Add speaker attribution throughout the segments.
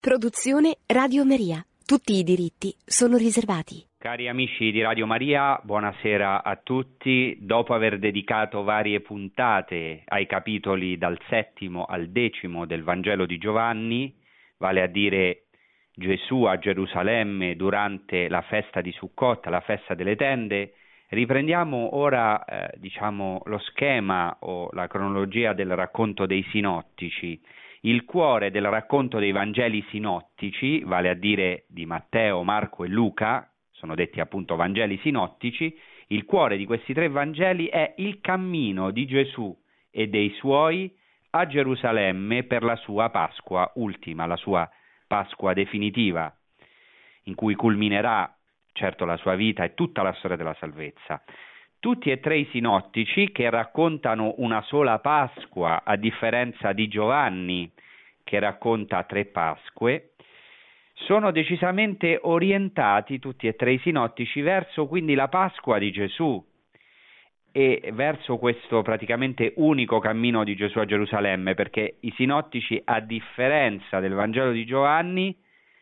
Speaker 1: Produzione Radio Maria. Tutti i diritti sono riservati.
Speaker 2: Cari amici di Radio Maria, buonasera a tutti. Dopo aver dedicato varie puntate ai capitoli dal 7° al 10° del Vangelo di Giovanni, vale a dire Gesù a Gerusalemme durante la festa di Sukkot, la festa delle tende, riprendiamo ora lo schema o la cronologia del racconto dei sinottici. Il cuore del racconto dei Vangeli sinottici, vale a dire di Matteo, Marco e Luca, sono detti appunto Vangeli sinottici, il cuore di questi tre Vangeli è il cammino di Gesù e dei suoi a Gerusalemme per la sua Pasqua ultima, la sua Pasqua definitiva, in cui culminerà certo la sua vita e tutta la storia della salvezza. Tutti e tre i sinottici, che raccontano una sola Pasqua, a differenza di Giovanni, che racconta 3 Pasque, sono decisamente orientati, tutti e tre i sinottici, verso quindi la Pasqua di Gesù e verso questo praticamente unico cammino di Gesù a Gerusalemme, perché i sinottici, a differenza del Vangelo di Giovanni,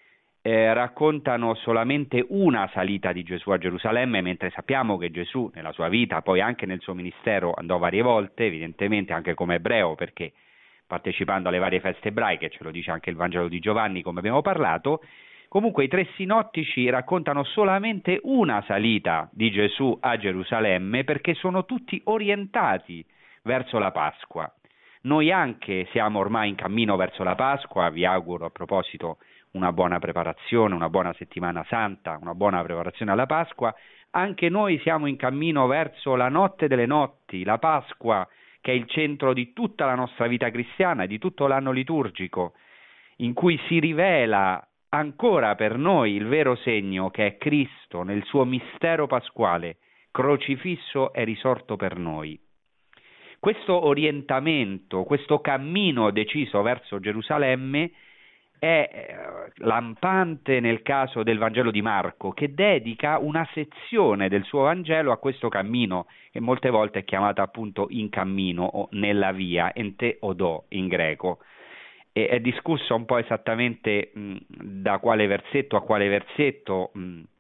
Speaker 2: raccontano solamente una salita di Gesù a Gerusalemme, mentre sappiamo che Gesù nella sua vita, poi anche nel suo ministero, andò varie volte, evidentemente anche come ebreo, perché partecipando alle varie feste ebraiche, ce lo dice anche il Vangelo di Giovanni, come abbiamo parlato. Comunque i tre sinottici raccontano solamente una salita di Gesù a Gerusalemme, perché sono tutti orientati verso la Pasqua. Noi anche siamo ormai in cammino verso la Pasqua, vi auguro a proposito una buona preparazione, una buona settimana santa, una buona preparazione alla Pasqua. Anche noi siamo in cammino verso la notte delle notti, la Pasqua, che è il centro di tutta la nostra vita cristiana e di tutto l'anno liturgico, in cui si rivela ancora per noi il vero segno, che è Cristo nel suo mistero pasquale, crocifisso e risorto per noi. Questo orientamento, questo cammino deciso verso Gerusalemme è lampante nel caso del Vangelo di Marco, che dedica una sezione del suo Vangelo a questo cammino, che molte volte è chiamata appunto in cammino o nella via, ente odò in greco. E è discusso un po' esattamente da quale versetto a quale versetto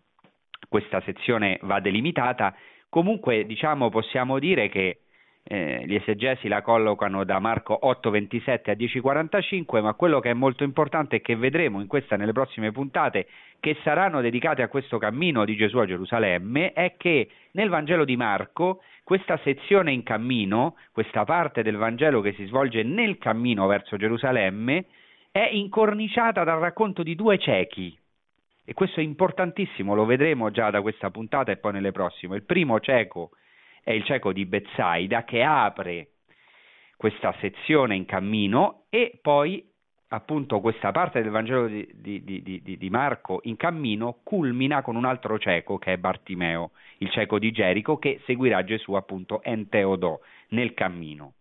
Speaker 2: questa sezione va delimitata. Comunque possiamo dire che gli esegesi la collocano da Marco 8,27 a 10,45, ma quello che è molto importante e che vedremo in questa e nelle prossime puntate, che saranno dedicate a questo cammino di Gesù a Gerusalemme, è che nel Vangelo di Marco questa sezione in cammino, questa parte del Vangelo che si svolge nel cammino verso Gerusalemme, è incorniciata dal racconto di 2 ciechi. E questo è importantissimo, lo vedremo già da questa puntata e poi nelle prossime. Il primo cieco è il cieco di Betsaida, che apre questa sezione in cammino, e poi appunto questa parte del Vangelo di Marco in cammino culmina con un altro cieco, che è Bartimeo, il cieco di Gerico, che seguirà Gesù appunto ente odò nel cammino.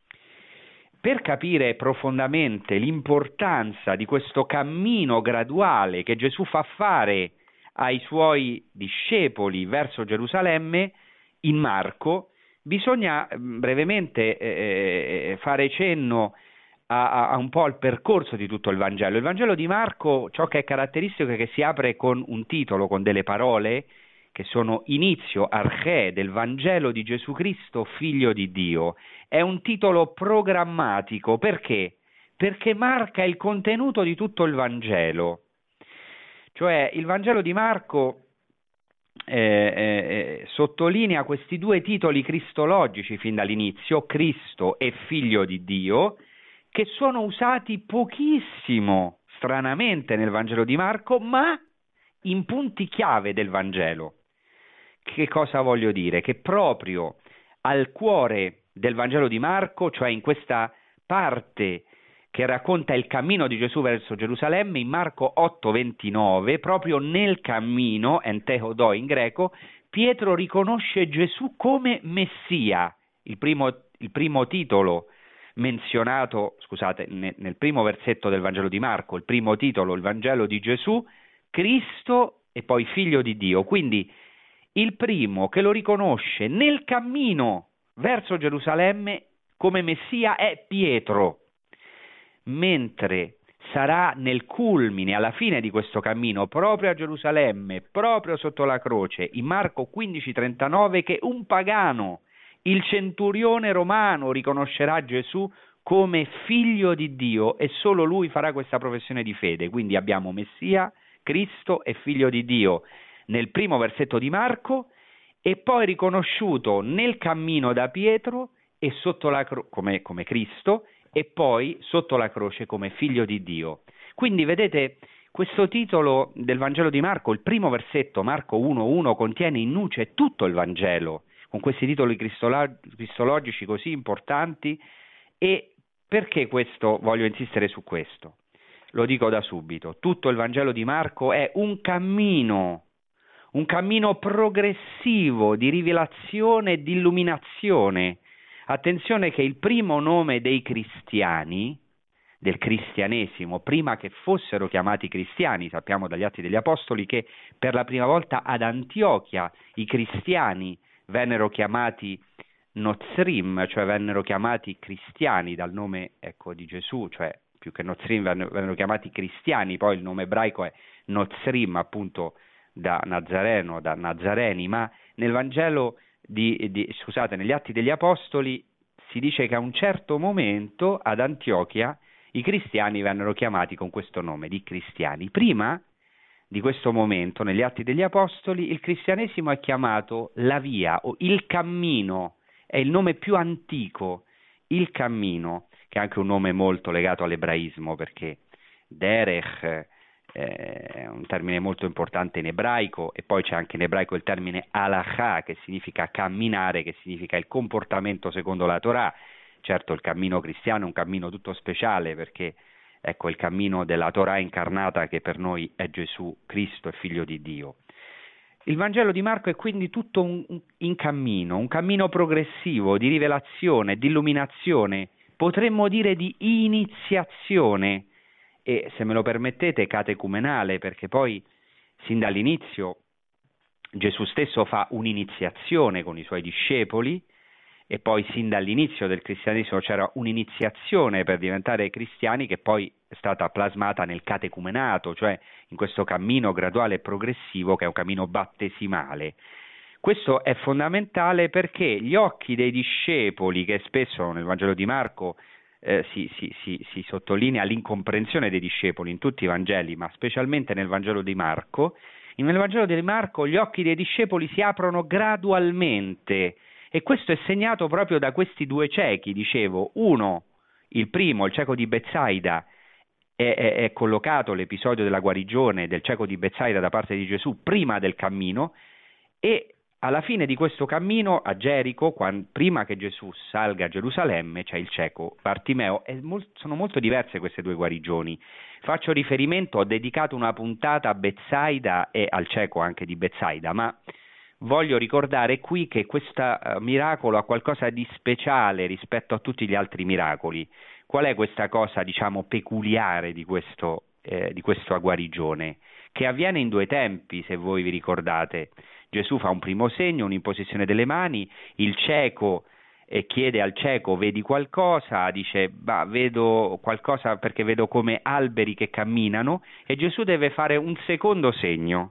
Speaker 2: Per capire profondamente l'importanza di questo cammino graduale che Gesù fa fare ai suoi discepoli verso Gerusalemme, in Marco bisogna brevemente fare cenno a un po' al percorso di tutto il Vangelo. Il Vangelo di Marco, ciò che è caratteristico è che si apre con un titolo, con delle parole che sono inizio, archè, del Vangelo di Gesù Cristo, figlio di Dio. È un titolo programmatico, perché? Perché marca il contenuto di tutto il Vangelo. Cioè il Vangelo di Marco sottolinea questi 2 titoli cristologici fin dall'inizio, Cristo e figlio di Dio, che sono usati pochissimo, stranamente, nel Vangelo di Marco, ma in punti chiave del Vangelo. Che cosa voglio dire? Che proprio al cuore del Vangelo di Marco, cioè in questa parte che racconta il cammino di Gesù verso Gerusalemme, in Marco 8,29, proprio nel cammino, ente odò in greco, Pietro riconosce Gesù come Messia, il primo titolo menzionato, nel primo versetto del Vangelo di Marco, il primo titolo, il Vangelo di Gesù, Cristo e poi figlio di Dio. Quindi il primo che lo riconosce nel cammino verso Gerusalemme come Messia è Pietro, mentre sarà nel culmine, alla fine di questo cammino, proprio a Gerusalemme, proprio sotto la croce, in Marco 15,39, che un pagano, il centurione romano, riconoscerà Gesù come figlio di Dio e solo lui farà questa professione di fede. Quindi abbiamo Messia, Cristo e figlio di Dio nel primo versetto di Marco, e poi riconosciuto nel cammino da Pietro e sotto la come Cristo, e poi sotto la croce come figlio di Dio. Quindi vedete, questo titolo del Vangelo di Marco, il primo versetto, Marco 1,1, contiene in nuce tutto il Vangelo, con questi titoli cristologici così importanti. E perché questo? Voglio insistere su questo. Lo dico da subito, tutto il Vangelo di Marco è un cammino progressivo di rivelazione e di illuminazione. Attenzione che il primo nome dei cristiani, del cristianesimo, prima che fossero chiamati cristiani, sappiamo dagli Atti degli Apostoli che per la prima volta ad Antiochia i cristiani vennero chiamati Nozrim, cioè vennero chiamati cristiani dal nome, ecco, di Gesù, cioè più che Nozrim vennero chiamati cristiani, poi il nome ebraico è Nozrim, appunto da Nazareno, da Nazareni, ma nel Vangelo negli Atti degli Apostoli si dice che a un certo momento ad Antiochia i cristiani vennero chiamati con questo nome di cristiani. Prima di questo momento, negli Atti degli Apostoli, il cristianesimo è chiamato la via o il cammino, è il nome più antico, il cammino, che è anche un nome molto legato all'ebraismo, perché derech è un termine molto importante in ebraico, e poi c'è anche in ebraico il termine halakha, che significa camminare, che significa il comportamento secondo la Torah. Certo, il cammino cristiano è un cammino tutto speciale, perché ecco il cammino della Torah incarnata, che per noi è Gesù Cristo, è figlio di Dio. Il Vangelo di Marco è quindi tutto un cammino progressivo di rivelazione, di illuminazione, potremmo dire di iniziazione, e se me lo permettete catecumenale, perché poi sin dall'inizio Gesù stesso fa un'iniziazione con i suoi discepoli, e poi sin dall'inizio del cristianesimo c'era un'iniziazione per diventare cristiani che poi è stata plasmata nel catecumenato, cioè in questo cammino graduale e progressivo che è un cammino battesimale. Questo è fondamentale perché gli occhi dei discepoli, che spesso nel Vangelo di Marco si sottolinea l'incomprensione dei discepoli in tutti i Vangeli, ma specialmente nel Vangelo di Marco, nel Vangelo di Marco gli occhi dei discepoli si aprono gradualmente, e questo è segnato proprio da questi due ciechi, dicevo. Uno, il primo, il cieco di Betsaida, è collocato l'episodio della guarigione del cieco di Betsaida da parte di Gesù prima del cammino, e alla fine di questo cammino a Gerico, prima che Gesù salga a Gerusalemme, c'è il cieco Bartimeo, e sono molto diverse queste due guarigioni. Faccio riferimento, ho dedicato una puntata a Betsaida e al cieco anche di Betsaida, ma voglio ricordare qui che questo miracolo ha qualcosa di speciale rispetto a tutti gli altri miracoli. Qual è questa cosa, diciamo, peculiare di questa guarigione? Che avviene in due tempi, se voi vi ricordate. Gesù fa un primo segno, un'imposizione delle mani, il cieco chiede al cieco: vedi qualcosa? Dice: vedo qualcosa perché vedo come alberi che camminano, e Gesù deve fare un secondo segno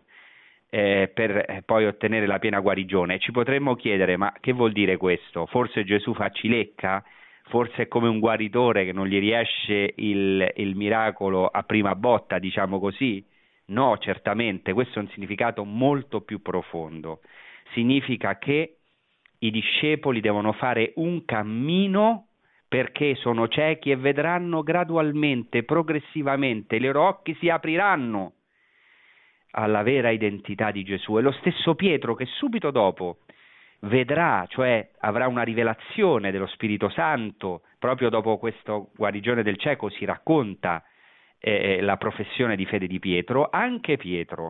Speaker 2: per poi ottenere la piena guarigione. Ci potremmo chiedere: ma che vuol dire questo? Forse Gesù fa cilecca? Forse è come un guaritore che non gli riesce il miracolo a prima botta, diciamo così? No, certamente, questo è un significato molto più profondo. Significa che i discepoli devono fare un cammino perché sono ciechi e vedranno gradualmente, progressivamente, i loro occhi si apriranno alla vera identità di Gesù. E lo stesso Pietro, che subito dopo vedrà, cioè avrà una rivelazione dello Spirito Santo, proprio dopo questa guarigione del cieco si racconta la professione di fede di Pietro, anche Pietro,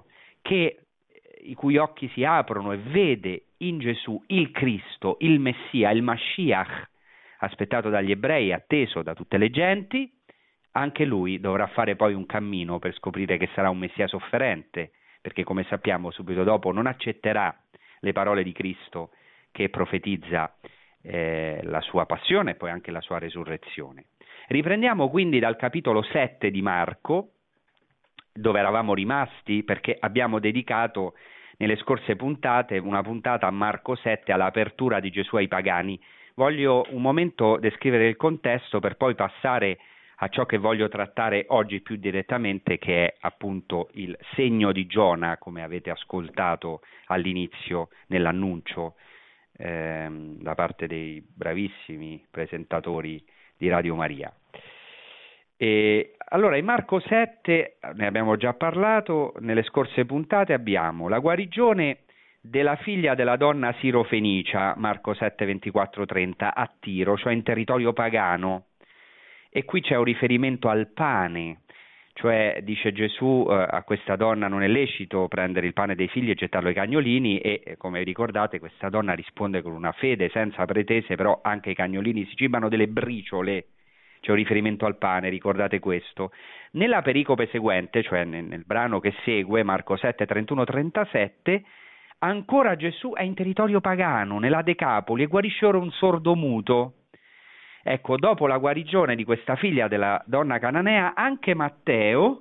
Speaker 2: i cui occhi si aprono e vede in Gesù il Cristo, il Messia, il Mashiach, aspettato dagli ebrei, atteso da tutte le genti. Anche lui dovrà fare poi un cammino per scoprire che sarà un Messia sofferente, perché come sappiamo subito dopo non accetterà le parole di Cristo che profetizza la sua passione e poi anche la sua resurrezione. Riprendiamo quindi dal capitolo 7 di Marco, dove eravamo rimasti, perché abbiamo dedicato nelle scorse puntate una puntata a Marco 7, all'apertura di Gesù ai pagani. Voglio un momento descrivere il contesto per poi passare a ciò che voglio trattare oggi più direttamente, che è appunto il segno di Giona, come avete ascoltato all'inizio nell'annuncio da parte dei bravissimi presentatori di Radio Maria. E allora in Marco 7, ne abbiamo già parlato nelle scorse puntate, abbiamo la guarigione della figlia della donna sirofenicia, Marco 7, 24-30, a Tiro, cioè in territorio pagano, e qui c'è un riferimento al pane, cioè dice Gesù a questa donna: non è lecito prendere il pane dei figli e gettarlo ai cagnolini, e come ricordate questa donna risponde con una fede senza pretese, però anche i cagnolini si cibano delle briciole. C'è un riferimento al pane, ricordate questo. Nella pericope seguente, cioè nel brano che segue, Marco 7, 31-37, ancora Gesù è in territorio pagano, nella Decapoli, e guarisce ora un sordomuto. Ecco, dopo la guarigione di questa figlia della donna cananea, anche Matteo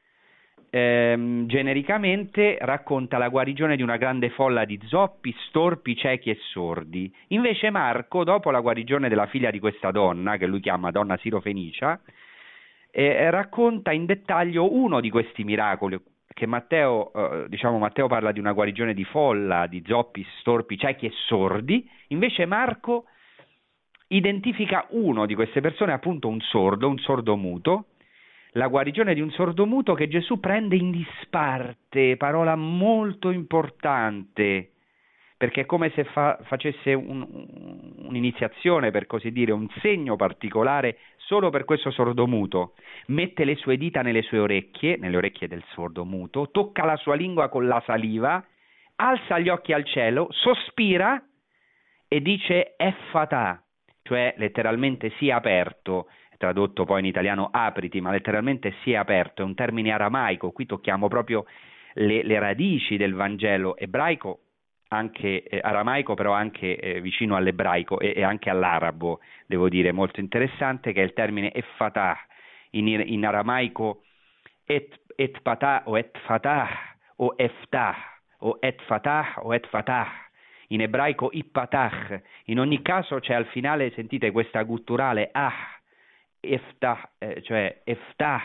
Speaker 2: genericamente racconta la guarigione di una grande folla di zoppi, storpi, ciechi e sordi. Invece Marco, dopo la guarigione della figlia di questa donna, che lui chiama donna sirofenicia, racconta in dettaglio uno di questi miracoli, che Matteo parla di una guarigione di folla, di zoppi, storpi, ciechi e sordi. Invece Marco identifica uno di queste persone, appunto un sordomuto, la guarigione di un sordomuto che Gesù prende in disparte, parola molto importante, perché è come se facesse un'iniziazione, per così dire, un segno particolare solo per questo sordomuto. Mette le sue dita nelle sue orecchie, nelle orecchie del sordomuto, tocca la sua lingua con la saliva, alza gli occhi al cielo, sospira e dice Effatà, cioè letteralmente sia aperto. Tradotto poi in italiano apriti, ma letteralmente sia aperto, è un termine aramaico. Qui tocchiamo proprio le radici del Vangelo ebraico, anche aramaico, però anche vicino all'ebraico e anche all'arabo, devo dire, molto interessante, che è il termine effatah, in aramaico etpatah o etfatah o eftah o etfatah o etfatah, in ebraico ippatah. In ogni caso c'è al finale, sentite questa gutturale Eftah, cioè Eftah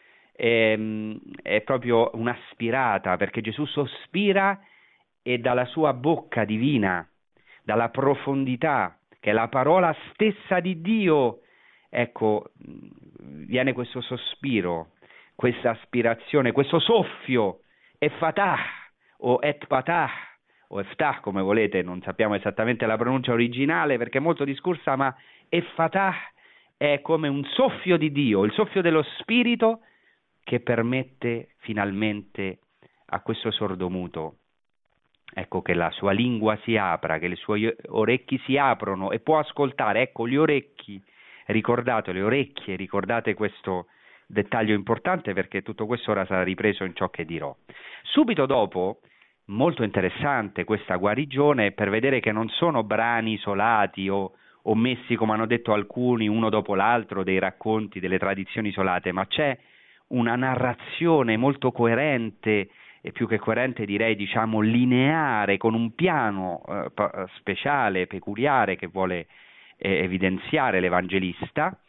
Speaker 2: è proprio un'aspirata, perché Gesù sospira e dalla sua bocca divina, dalla profondità, che è la parola stessa di Dio, ecco, viene questo sospiro, questa aspirazione, questo soffio, Effatah o Etpatah o Eftah, come volete, non sappiamo esattamente la pronuncia originale perché è molto discorsa, ma Effatah è come un soffio di Dio, il soffio dello Spirito che permette finalmente a questo sordomuto, ecco, che la sua lingua si apra, che le sue orecchi si aprono e può ascoltare. Ecco, gli orecchi, ricordate le orecchie, ricordate questo dettaglio importante, perché tutto questo ora sarà ripreso in ciò che dirò. Subito dopo, molto interessante questa guarigione, per vedere che non sono brani isolati o messi, come hanno detto alcuni, uno dopo l'altro, dei racconti, delle tradizioni isolate, ma c'è una narrazione molto coerente, e più che coerente direi, diciamo, lineare, con un piano speciale, peculiare, che vuole evidenziare l'Evangelista.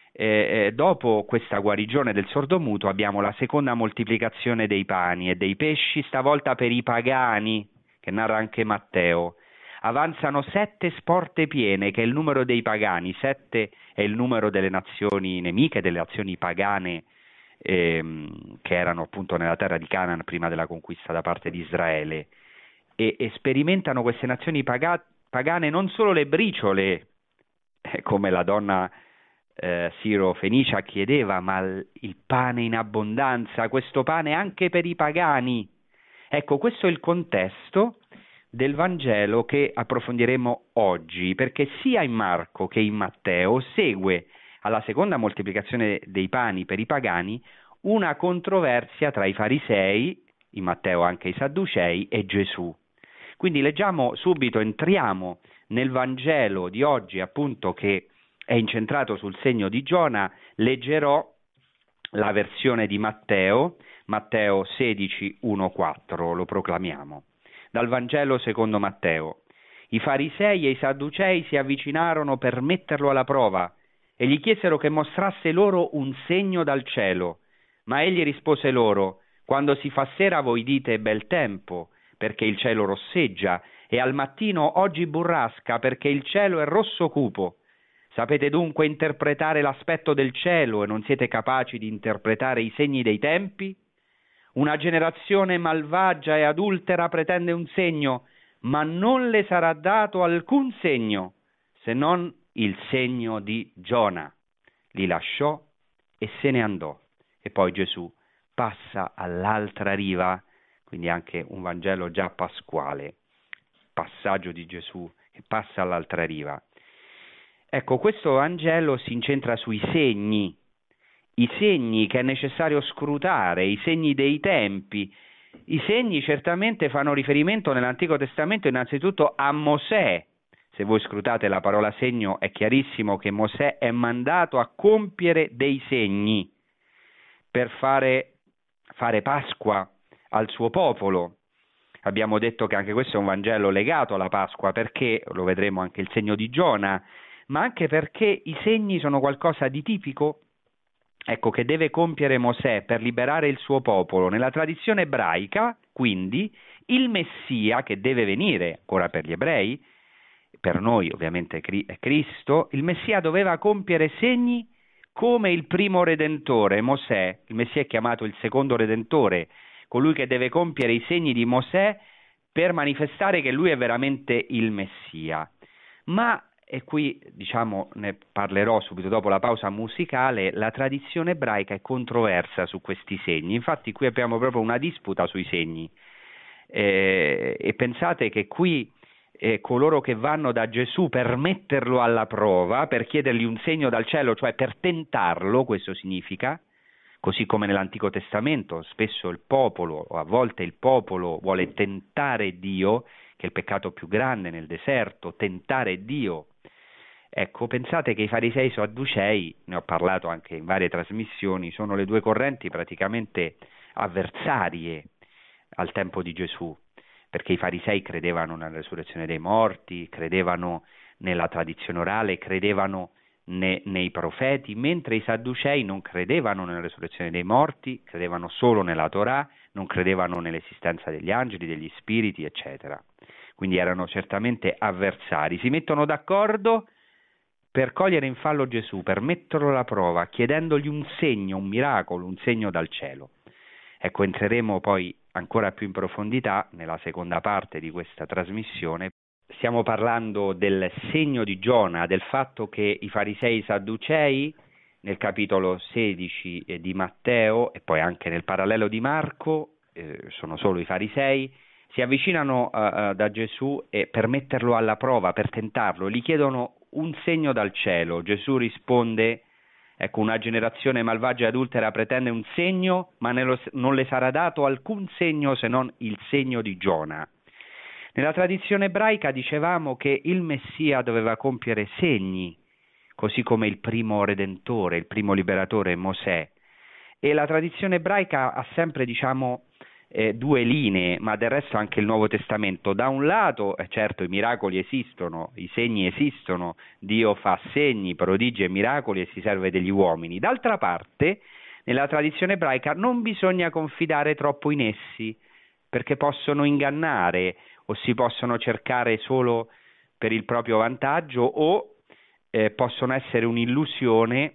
Speaker 2: Dopo questa guarigione del sordomuto abbiamo la seconda moltiplicazione dei pani e dei pesci, stavolta per i pagani, che narra anche Matteo. Avanzano 7 sporte piene, che è il numero dei pagani. 7 è il numero delle nazioni nemiche, delle nazioni pagane che erano appunto nella terra di Canaan prima della conquista da parte di Israele, e sperimentano queste nazioni pagane non solo le briciole, come la donna siro-fenicia chiedeva, ma il pane in abbondanza, questo pane anche per i pagani. Ecco, questo è il contesto del Vangelo che approfondiremo oggi, perché sia in Marco che in Matteo segue alla seconda moltiplicazione dei pani per i pagani una controversia tra i farisei, in Matteo anche i sadducei, e Gesù. Quindi leggiamo subito, entriamo nel Vangelo di oggi, appunto, che è incentrato sul segno di Giona, leggerò la versione di Matteo 16, 1-4, lo proclamiamo. Dal Vangelo secondo Matteo. I farisei e i sadducei si avvicinarono per metterlo alla prova e gli chiesero che mostrasse loro un segno dal cielo. Ma egli rispose loro: quando si fa sera voi dite bel tempo, perché il cielo rosseggia, e al mattino oggi burrasca, perché il cielo è rosso cupo. Sapete dunque interpretare l'aspetto del cielo e non siete capaci di interpretare i segni dei tempi? Una generazione malvagia e adultera pretende un segno, ma non le sarà dato alcun segno, se non il segno di Giona. Li lasciò e se ne andò. E poi Gesù passa all'altra riva, quindi anche un Vangelo già pasquale, passaggio di Gesù che passa all'altra riva. Ecco, questo Vangelo si incentra sui segni, i segni che è necessario scrutare, i segni dei tempi. I segni certamente fanno riferimento nell'Antico Testamento innanzitutto a Mosè. Se voi scrutate la parola segno è chiarissimo che Mosè è mandato a compiere dei segni per fare Pasqua al suo popolo. Abbiamo detto che anche questo è un Vangelo legato alla Pasqua, perché, lo vedremo anche il segno di Giona, ma anche perché i segni sono qualcosa di tipico, ecco, che deve compiere Mosè per liberare il suo popolo. Nella tradizione ebraica, quindi, il Messia che deve venire, ancora per gli ebrei, per noi ovviamente è Cristo, il Messia doveva compiere segni come il primo Redentore, Mosè. Il Messia è chiamato il secondo Redentore, colui che deve compiere i segni di Mosè per manifestare che lui è veramente il Messia. Ma, e qui diciamo ne parlerò subito dopo la pausa musicale, la tradizione ebraica è controversa su questi segni. Infatti qui abbiamo proprio una disputa sui segni, e pensate che qui coloro che vanno da Gesù per metterlo alla prova, per chiedergli un segno dal cielo, cioè per tentarlo, questo significa, così come nell'Antico Testamento spesso il popolo, o a volte il popolo, vuole tentare Dio, che è il peccato più grande nel deserto, tentare Dio. Ecco, pensate che i farisei e i sadducei, ne ho parlato anche in varie trasmissioni, sono le due correnti praticamente avversarie al tempo di Gesù, perché i farisei credevano nella resurrezione dei morti, credevano nella tradizione orale, credevano nei profeti, mentre i sadducei non credevano nella resurrezione dei morti, credevano solo nella Torah, non credevano nell'esistenza degli angeli, degli spiriti, eccetera. Quindi erano certamente avversari. Si mettono d'accordo per cogliere in fallo Gesù, per metterlo alla prova, chiedendogli un segno, un miracolo, un segno dal cielo. Ecco, entreremo poi ancora più in profondità nella seconda parte di questa trasmissione. Stiamo parlando del segno di Giona, del fatto che i farisei e i sadducei, nel capitolo 16 di Matteo e poi anche nel parallelo di Marco, sono solo i farisei, si avvicinano da Gesù per metterlo alla prova, per tentarlo, gli chiedono un segno dal cielo. Gesù risponde: ecco, una generazione malvagia e adultera pretende un segno, ma non le sarà dato alcun segno se non il segno di Giona. Nella tradizione ebraica dicevamo che il Messia doveva compiere segni, così come il primo Redentore, il primo liberatore Mosè. E la tradizione ebraica ha sempre, due linee, ma del resto anche il Nuovo Testamento. Da un lato, certo, i miracoli esistono, i segni esistono, Dio fa segni, prodigi e miracoli e si serve degli uomini. D'altra parte, nella tradizione ebraica non bisogna confidare troppo in essi, perché possono ingannare o si possono cercare solo per il proprio vantaggio o possono essere un'illusione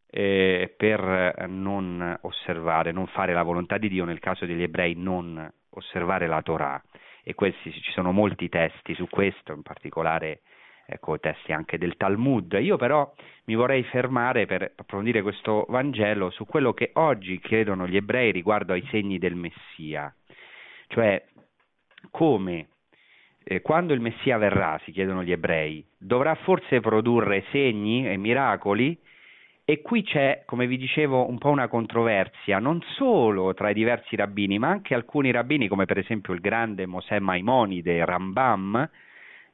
Speaker 2: per non osservare, non fare la volontà di Dio, nel caso degli ebrei non osservare la Torah. E ci sono molti testi su questo, in particolare testi anche del Talmud. Io però mi vorrei fermare per approfondire questo Vangelo su quello che oggi credono gli ebrei riguardo ai segni del Messia, cioè come quando il Messia verrà, si chiedono gli ebrei, dovrà forse produrre segni e miracoli. E qui c'è, come vi dicevo, un po' una controversia, non solo tra i diversi rabbini, ma anche alcuni rabbini, come per esempio il grande Mosè Maimonide, Rambam,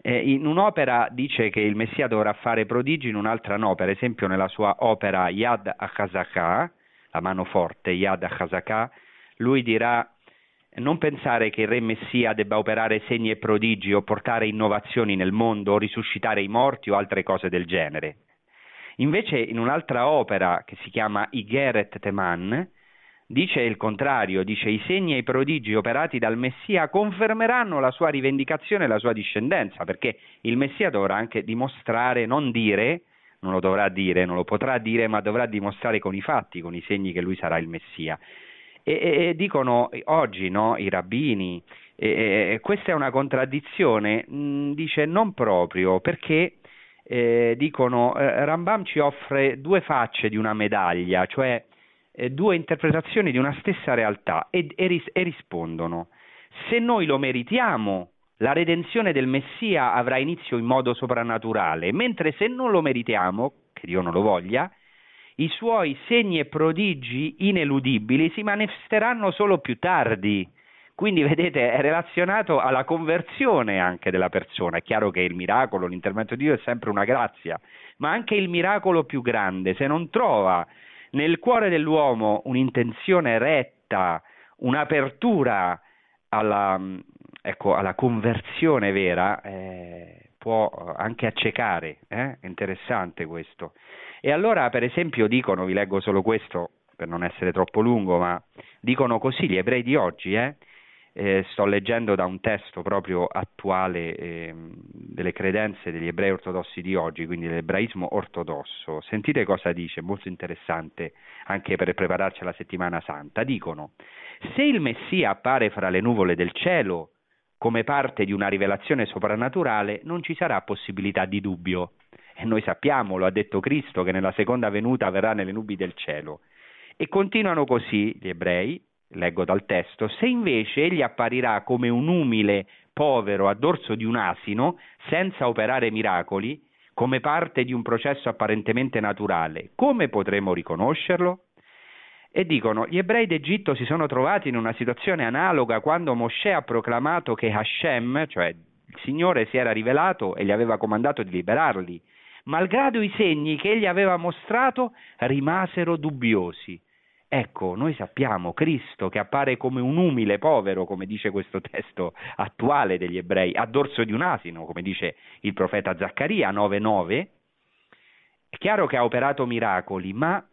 Speaker 2: In un'opera dice che il Messia dovrà fare prodigi, in un'altra no. Per esempio nella sua opera Yad HaChazakah, la mano forte, Yad HaChazakah, lui dirà: non pensare che il re Messia debba operare segni e prodigi o portare innovazioni nel mondo o risuscitare i morti o altre cose del genere. Invece in un'altra opera che si chiama Igeret Teman dice il contrario, dice: i segni e i prodigi operati dal Messia confermeranno la sua rivendicazione e la sua discendenza, perché il Messia dovrà anche dimostrare, non dire, non lo dovrà dire, non lo potrà dire, ma dovrà dimostrare con i fatti, con i segni, che lui sarà il Messia. E dicono oggi, no, i rabbini, questa è una contraddizione, dice non proprio, perché dicono Rambam ci offre due facce di una medaglia, cioè due interpretazioni di una stessa realtà, e rispondono: se noi lo meritiamo, la redenzione del Messia avrà inizio in modo soprannaturale, mentre se non lo meritiamo, che Dio non lo voglia, i suoi segni e prodigi ineludibili si manifesteranno solo più tardi. Quindi vedete, è relazionato alla conversione anche della persona. È chiaro che il miracolo, l'intervento di Dio è sempre una grazia, ma anche il miracolo più grande, se non trova nel cuore dell'uomo un'intenzione retta, un'apertura alla conversione vera, può anche accecare. È interessante questo. E allora, per esempio, dicono, vi leggo solo questo per non essere troppo lungo, ma dicono così gli ebrei di oggi, sto leggendo da un testo proprio attuale delle credenze degli ebrei ortodossi di oggi, quindi dell'ebraismo ortodosso. Sentite cosa dice, molto interessante anche per prepararci alla settimana santa. Dicono: se il Messia appare fra le nuvole del cielo come parte di una rivelazione soprannaturale, non ci sarà possibilità di dubbio. E noi sappiamo, lo ha detto Cristo, che nella seconda venuta verrà nelle nubi del cielo. E continuano così gli ebrei, leggo dal testo: se invece egli apparirà come un umile povero a dorso di un asino, senza operare miracoli, come parte di un processo apparentemente naturale, come potremo riconoscerlo? E dicono: gli ebrei d'Egitto si sono trovati in una situazione analoga quando Mosè ha proclamato che Hashem, cioè il Signore, si era rivelato e gli aveva comandato di liberarli. Malgrado i segni che egli aveva mostrato, rimasero dubbiosi. Ecco, noi sappiamo Cristo che appare come un umile povero, come dice questo testo attuale degli ebrei, a dorso di un asino, come dice il profeta Zaccaria 9:9. È chiaro che ha operato miracoli, ma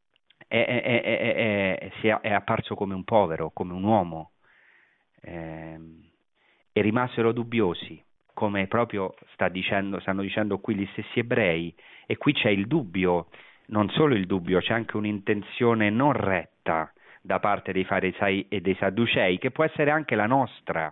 Speaker 2: è apparso come un povero, come un uomo, e rimasero dubbiosi, come proprio stanno dicendo qui gli stessi ebrei. E qui c'è il dubbio, non solo il dubbio, c'è anche un'intenzione non retta da parte dei farisei e dei sadducei, che può essere anche la nostra,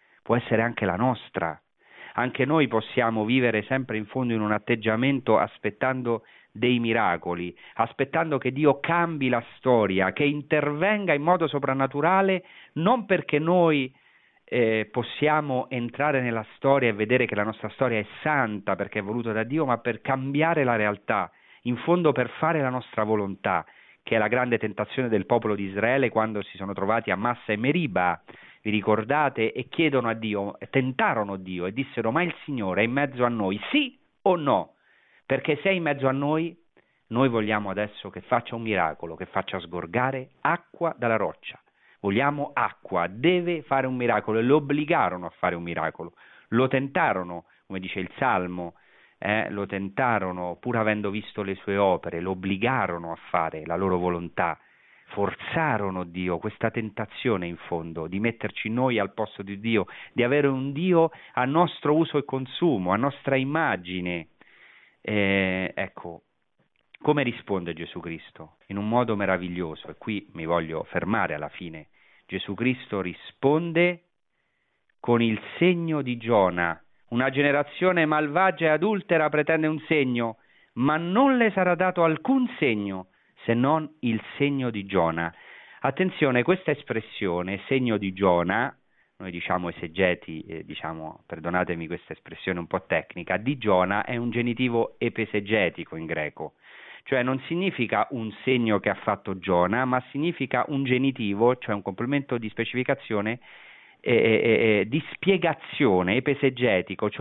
Speaker 2: Anche noi possiamo vivere sempre in fondo in un atteggiamento aspettando dei miracoli, aspettando che Dio cambi la storia, che intervenga in modo soprannaturale, non perché noi possiamo entrare nella storia e vedere che la nostra storia è santa perché è voluta da Dio, ma per cambiare la realtà, in fondo per fare la nostra volontà, che è la grande tentazione del popolo di Israele quando si sono trovati a Massa e Meriba, vi ricordate? E chiedono a Dio, tentarono Dio e dissero: ma il Signore è in mezzo a noi, sì o no? Perché se è in mezzo a noi, noi vogliamo adesso che faccia un miracolo, che faccia sgorgare acqua dalla roccia. Vogliamo acqua, deve fare un miracolo, e lo obbligarono a fare un miracolo. Lo tentarono, come dice il Salmo, lo tentarono pur avendo visto le sue opere, lo obbligarono a fare la loro volontà, forzarono Dio, questa tentazione in fondo di metterci noi al posto di Dio, di avere un Dio a nostro uso e consumo, a nostra immagine. Ecco, come risponde Gesù Cristo? In un modo meraviglioso, e qui mi voglio fermare alla fine. Gesù Cristo risponde con il segno di Giona. Una generazione malvagia e adultera pretende un segno, ma non le sarà dato alcun segno se non il segno di Giona. Attenzione, questa espressione, segno di Giona, noi diciamo esegeti, perdonatemi questa espressione un po' tecnica, di Giona è un genitivo epesegetico in greco, cioè non significa un segno che ha fatto Giona, ma significa un genitivo, cioè un complemento di specificazione di spiegazione, epesegetico, cioè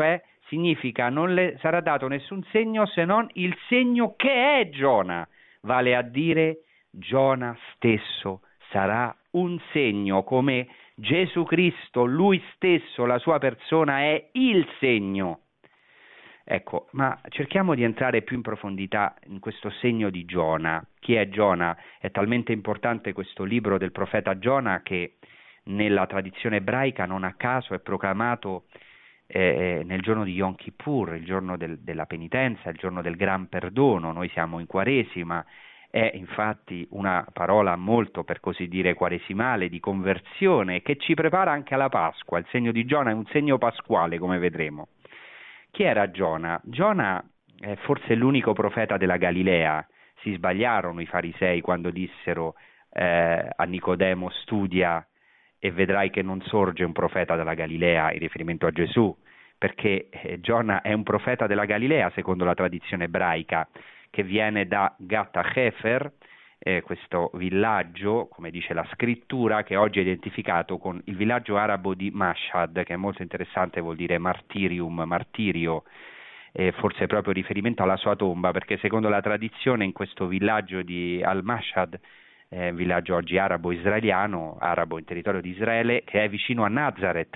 Speaker 2: significa non le sarà dato nessun segno se non il segno che è Giona, vale a dire Giona stesso sarà un segno, come Gesù Cristo, lui stesso, la sua persona è il segno. Ecco, ma cerchiamo di entrare più in profondità in questo segno di Giona. Chi è Giona? È talmente importante questo libro del profeta Giona che nella tradizione ebraica non a caso è proclamato nel giorno di Yom Kippur, il giorno della penitenza, il giorno del gran perdono. Noi siamo in Quaresima, è infatti una parola molto, per così dire, quaresimale, di conversione, che ci prepara anche alla Pasqua. Il segno di Giona è un segno pasquale, come vedremo. Chi era Giona? Giona è forse l'unico profeta della Galilea. Si sbagliarono i farisei quando dissero a Nicodemo: studia e vedrai che non sorge un profeta dalla Galilea, in riferimento a Gesù, perché Giona è un profeta della Galilea secondo la tradizione ebraica, che viene da Gat Hefer, questo villaggio, come dice la scrittura, che oggi è identificato con il villaggio arabo di Mashhad, che è molto interessante, vuol dire martirium, martirio, forse proprio riferimento alla sua tomba, perché secondo la tradizione in questo villaggio di Al-Mashhad, villaggio oggi arabo-israeliano, arabo in territorio di Israele, che è vicino a Nazareth,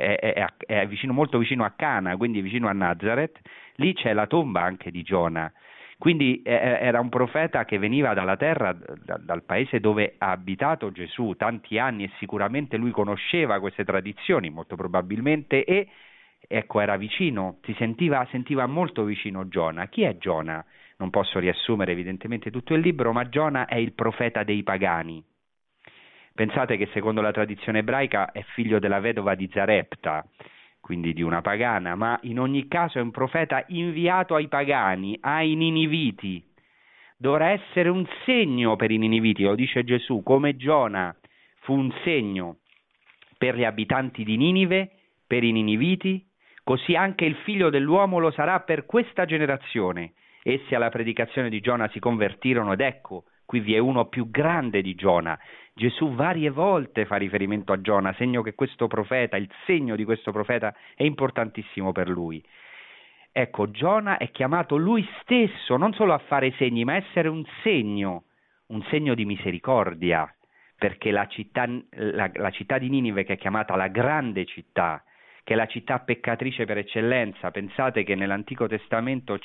Speaker 2: è vicino, molto vicino a Cana, quindi vicino a Nazareth, lì c'è la tomba anche di Giona. Quindi era un profeta che veniva dalla terra, dal paese dove ha abitato Gesù tanti anni, e sicuramente lui conosceva queste tradizioni, molto probabilmente, e ecco, era vicino, si sentiva molto vicino Giona. Chi è Giona? Non posso riassumere evidentemente tutto il libro, ma Giona è il profeta dei pagani. Pensate che secondo la tradizione ebraica è figlio della vedova di Zarepta, quindi di una pagana, ma in ogni caso è un profeta inviato ai pagani, ai niniviti. Dovrà essere un segno per i niniviti, lo dice Gesù, come Giona fu un segno per gli abitanti di Ninive, per i niniviti, così anche il figlio dell'uomo lo sarà per questa generazione. Essi alla predicazione di Giona si convertirono, ed ecco, qui vi è uno più grande di Giona. Gesù varie volte fa riferimento a Giona, segno che questo profeta, il segno di questo profeta è importantissimo per lui. Ecco, Giona è chiamato lui stesso non solo a fare segni, ma a essere un segno di misericordia, perché la città di Ninive, che è chiamata la grande città, che è la città peccatrice per eccellenza, pensate che nell'Antico Testamento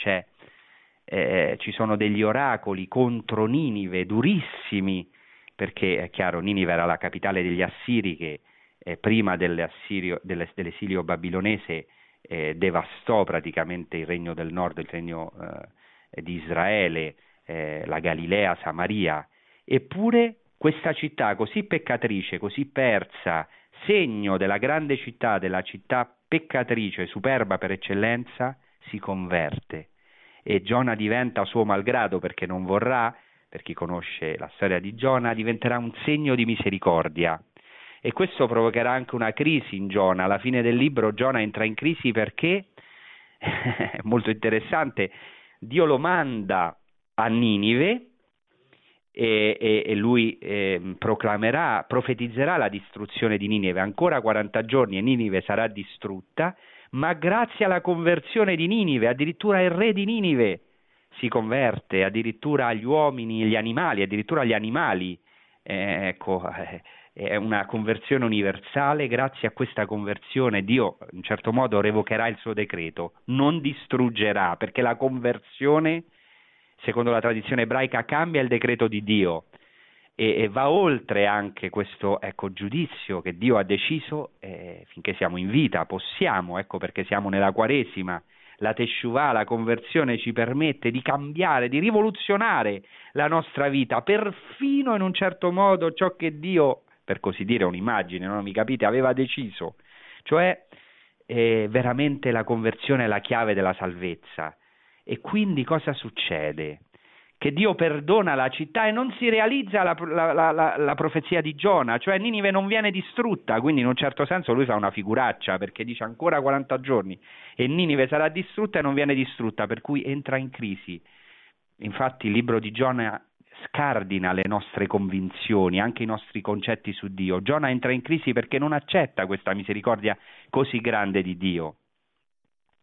Speaker 2: ci sono degli oracoli contro Ninive durissimi, perché è chiaro, Ninive era la capitale degli Assiri, che prima dell'esilio babilonese devastò praticamente il regno del nord, il regno di Israele, la Galilea, Samaria. Eppure questa città così peccatrice, così persa, segno della grande città, della città peccatrice, superba per eccellenza, si converte. E Giona diventa a suo malgrado, perché non vorrà, per chi conosce la storia di Giona, diventerà un segno di misericordia. E questo provocherà anche una crisi in Giona. Alla fine del libro Giona entra in crisi perché, è molto interessante, Dio lo manda a Ninive e lui profetizzerà la distruzione di Ninive. Ancora 40 giorni e Ninive sarà distrutta, ma grazie alla conversione di Ninive, addirittura il re di Ninive si converte, addirittura agli uomini, gli animali, addirittura gli animali, è una conversione universale. Grazie a questa conversione Dio in certo modo revocherà il suo decreto, non distruggerà, perché la conversione, secondo la tradizione ebraica, cambia il decreto di Dio e va oltre anche questo giudizio che Dio ha deciso. Finché siamo in vita possiamo, perché siamo nella Quaresima, la Teshuvah, la conversione ci permette di cambiare, di rivoluzionare la nostra vita, perfino in un certo modo ciò che Dio, per così dire, un'immagine, non mi capite, aveva deciso, cioè veramente la conversione è la chiave della salvezza. E quindi cosa succede? Che Dio perdona la città e non si realizza la profezia di Giona, cioè Ninive non viene distrutta. Quindi in un certo senso lui fa una figuraccia, perché dice ancora 40 giorni e Ninive sarà distrutta, e non viene distrutta, per cui entra in crisi. Infatti il libro di Giona scardina le nostre convinzioni, anche i nostri concetti su Dio. Giona entra in crisi perché non accetta questa misericordia così grande di Dio.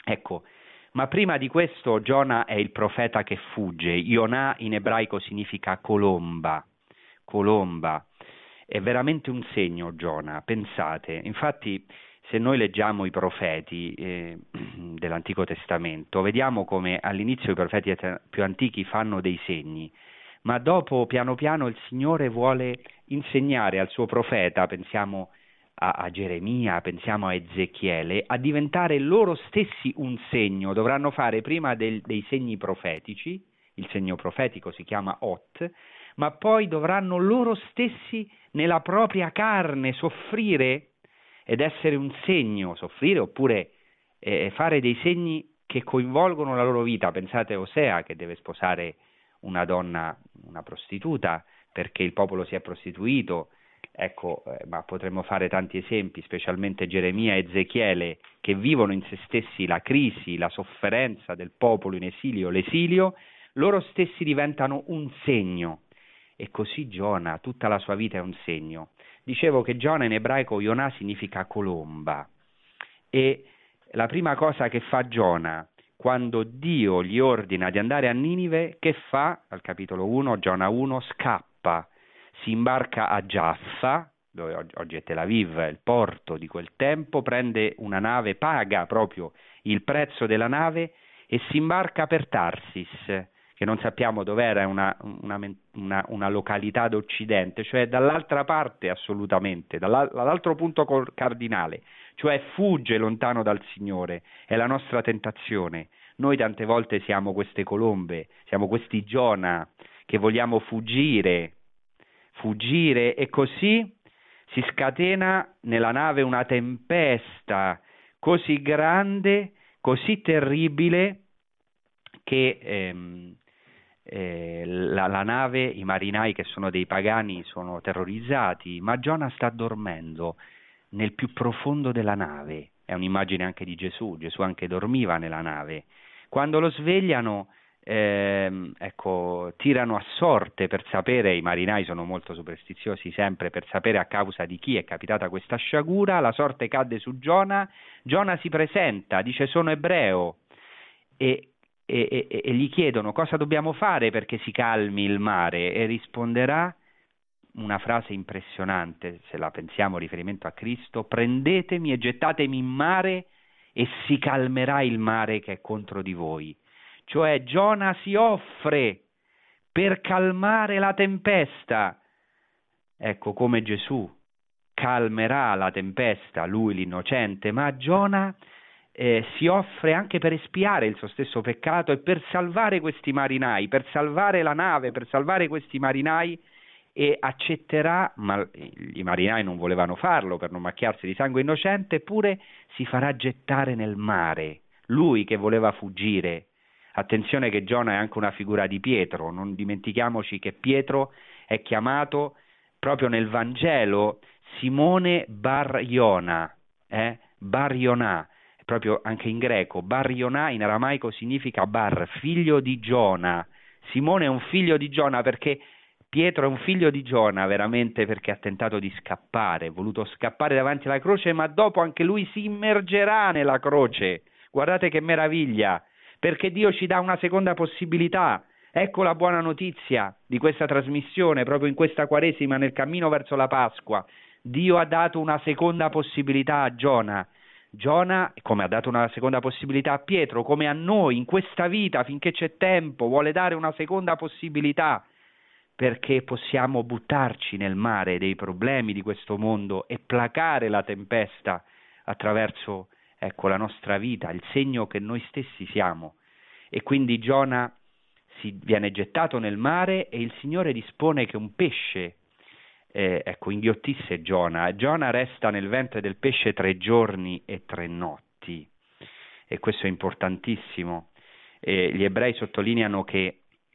Speaker 2: Ecco, ma prima di questo Giona è il profeta che fugge. Ionà in ebraico significa colomba, colomba. È veramente un segno Giona, pensate. Infatti, se noi leggiamo i profeti dell'Antico Testamento, vediamo come all'inizio i profeti più antichi fanno dei segni, ma dopo piano piano il Signore vuole insegnare al suo profeta, pensiamo a Geremia, pensiamo a Ezechiele, a diventare loro stessi un segno. Dovranno fare prima dei segni profetici, il segno profetico si chiama Ot, ma poi dovranno loro stessi nella propria carne soffrire ed essere un segno, soffrire oppure fare dei segni che coinvolgono la loro vita. Pensate a Osea che deve sposare una donna, una prostituta, perché il popolo si è prostituito. Ecco, ma potremmo fare tanti esempi, specialmente Geremia e Ezechiele, che vivono in se stessi la crisi, la sofferenza del popolo in esilio, l'esilio, loro stessi diventano un segno. E così Giona, tutta la sua vita è un segno. Dicevo che Giona in ebraico Ionà significa colomba. E la prima cosa che fa Giona quando Dio gli ordina di andare a Ninive, che fa? Al capitolo 1, Giona 1, scappa, si imbarca a Giaffa, dove oggi è Tel Aviv, il porto di quel tempo, prende una nave, paga proprio il prezzo della nave e si imbarca per Tarsis, che non sappiamo dov'era, è una località d'Occidente, cioè dall'altra parte assolutamente, dall'altro punto cardinale, cioè fugge lontano dal Signore. È la nostra tentazione. Noi tante volte siamo queste colombe, siamo questi Giona che vogliamo fuggire e così si scatena nella nave una tempesta così grande, così terribile, che la nave, i marinai che sono dei pagani sono terrorizzati, ma Giona sta dormendo nel più profondo della nave. È un'immagine anche di Gesù anche dormiva nella nave. Quando lo svegliano, tirano a sorte per sapere, i marinai sono molto superstiziosi sempre, per sapere a causa di chi è capitata questa sciagura. La sorte cadde su Giona, Giona si presenta, dice sono ebreo, e gli chiedono cosa dobbiamo fare perché si calmi il mare, e risponderà una frase impressionante, se la pensiamo riferimento a Cristo: prendetemi e gettatemi in mare e si calmerà il mare che è contro di voi. Cioè Giona si offre per calmare la tempesta. Ecco, come Gesù calmerà la tempesta, lui l'innocente, ma Giona si offre anche per espiare il suo stesso peccato e per salvare questi marinai, per salvare la nave, per salvare questi marinai, e accetterà, ma i marinai non volevano farlo per non macchiarsi di sangue innocente, eppure si farà gettare nel mare, lui che voleva fuggire. Attenzione che Giona è anche una figura di Pietro, non dimentichiamoci che Pietro è chiamato proprio nel Vangelo Simone Bar Iona, Bar Ionà, proprio anche in greco. Bar Ionà in aramaico significa Bar, figlio di Giona. Simone è un figlio di Giona perché Pietro è un figlio di Giona, veramente, perché ha tentato di scappare, ha voluto scappare davanti alla croce, ma dopo anche lui si immergerà nella croce. Guardate che meraviglia, perché Dio ci dà una seconda possibilità. Ecco la buona notizia di questa trasmissione, proprio in questa Quaresima, nel cammino verso la Pasqua. Dio ha dato una seconda possibilità a Giona. Giona, come ha dato una seconda possibilità a Pietro, come a noi in questa vita, finché c'è tempo, vuole dare una seconda possibilità, perché possiamo buttarci nel mare dei problemi di questo mondo e placare la tempesta attraverso, la nostra vita, il segno che noi stessi siamo. E quindi Giona viene gettato nel mare e il Signore dispone che un pesce inghiottisse Giona. Giona resta nel ventre del pesce 3 giorni e 3 notti, e questo è importantissimo. Gli ebrei sottolineano che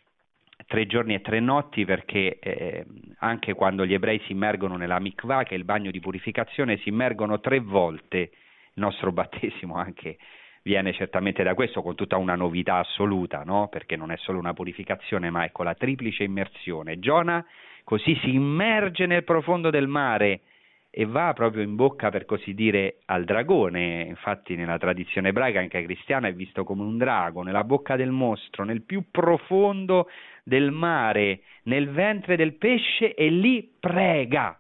Speaker 2: 3 giorni e 3 notti perché anche quando gli ebrei si immergono nella mikvah, che è il bagno di purificazione, si immergono 3 volte. Il nostro battesimo anche viene certamente da questo, con tutta una novità assoluta, no? Perché non è solo una purificazione, ma ecco la triplice immersione. Giona così si immerge nel profondo del mare e va proprio in bocca, per così dire, al dragone. Infatti nella tradizione ebraica, anche cristiana, è visto come un drago, nella bocca del mostro, nel più profondo del mare, nel ventre del pesce, e lì prega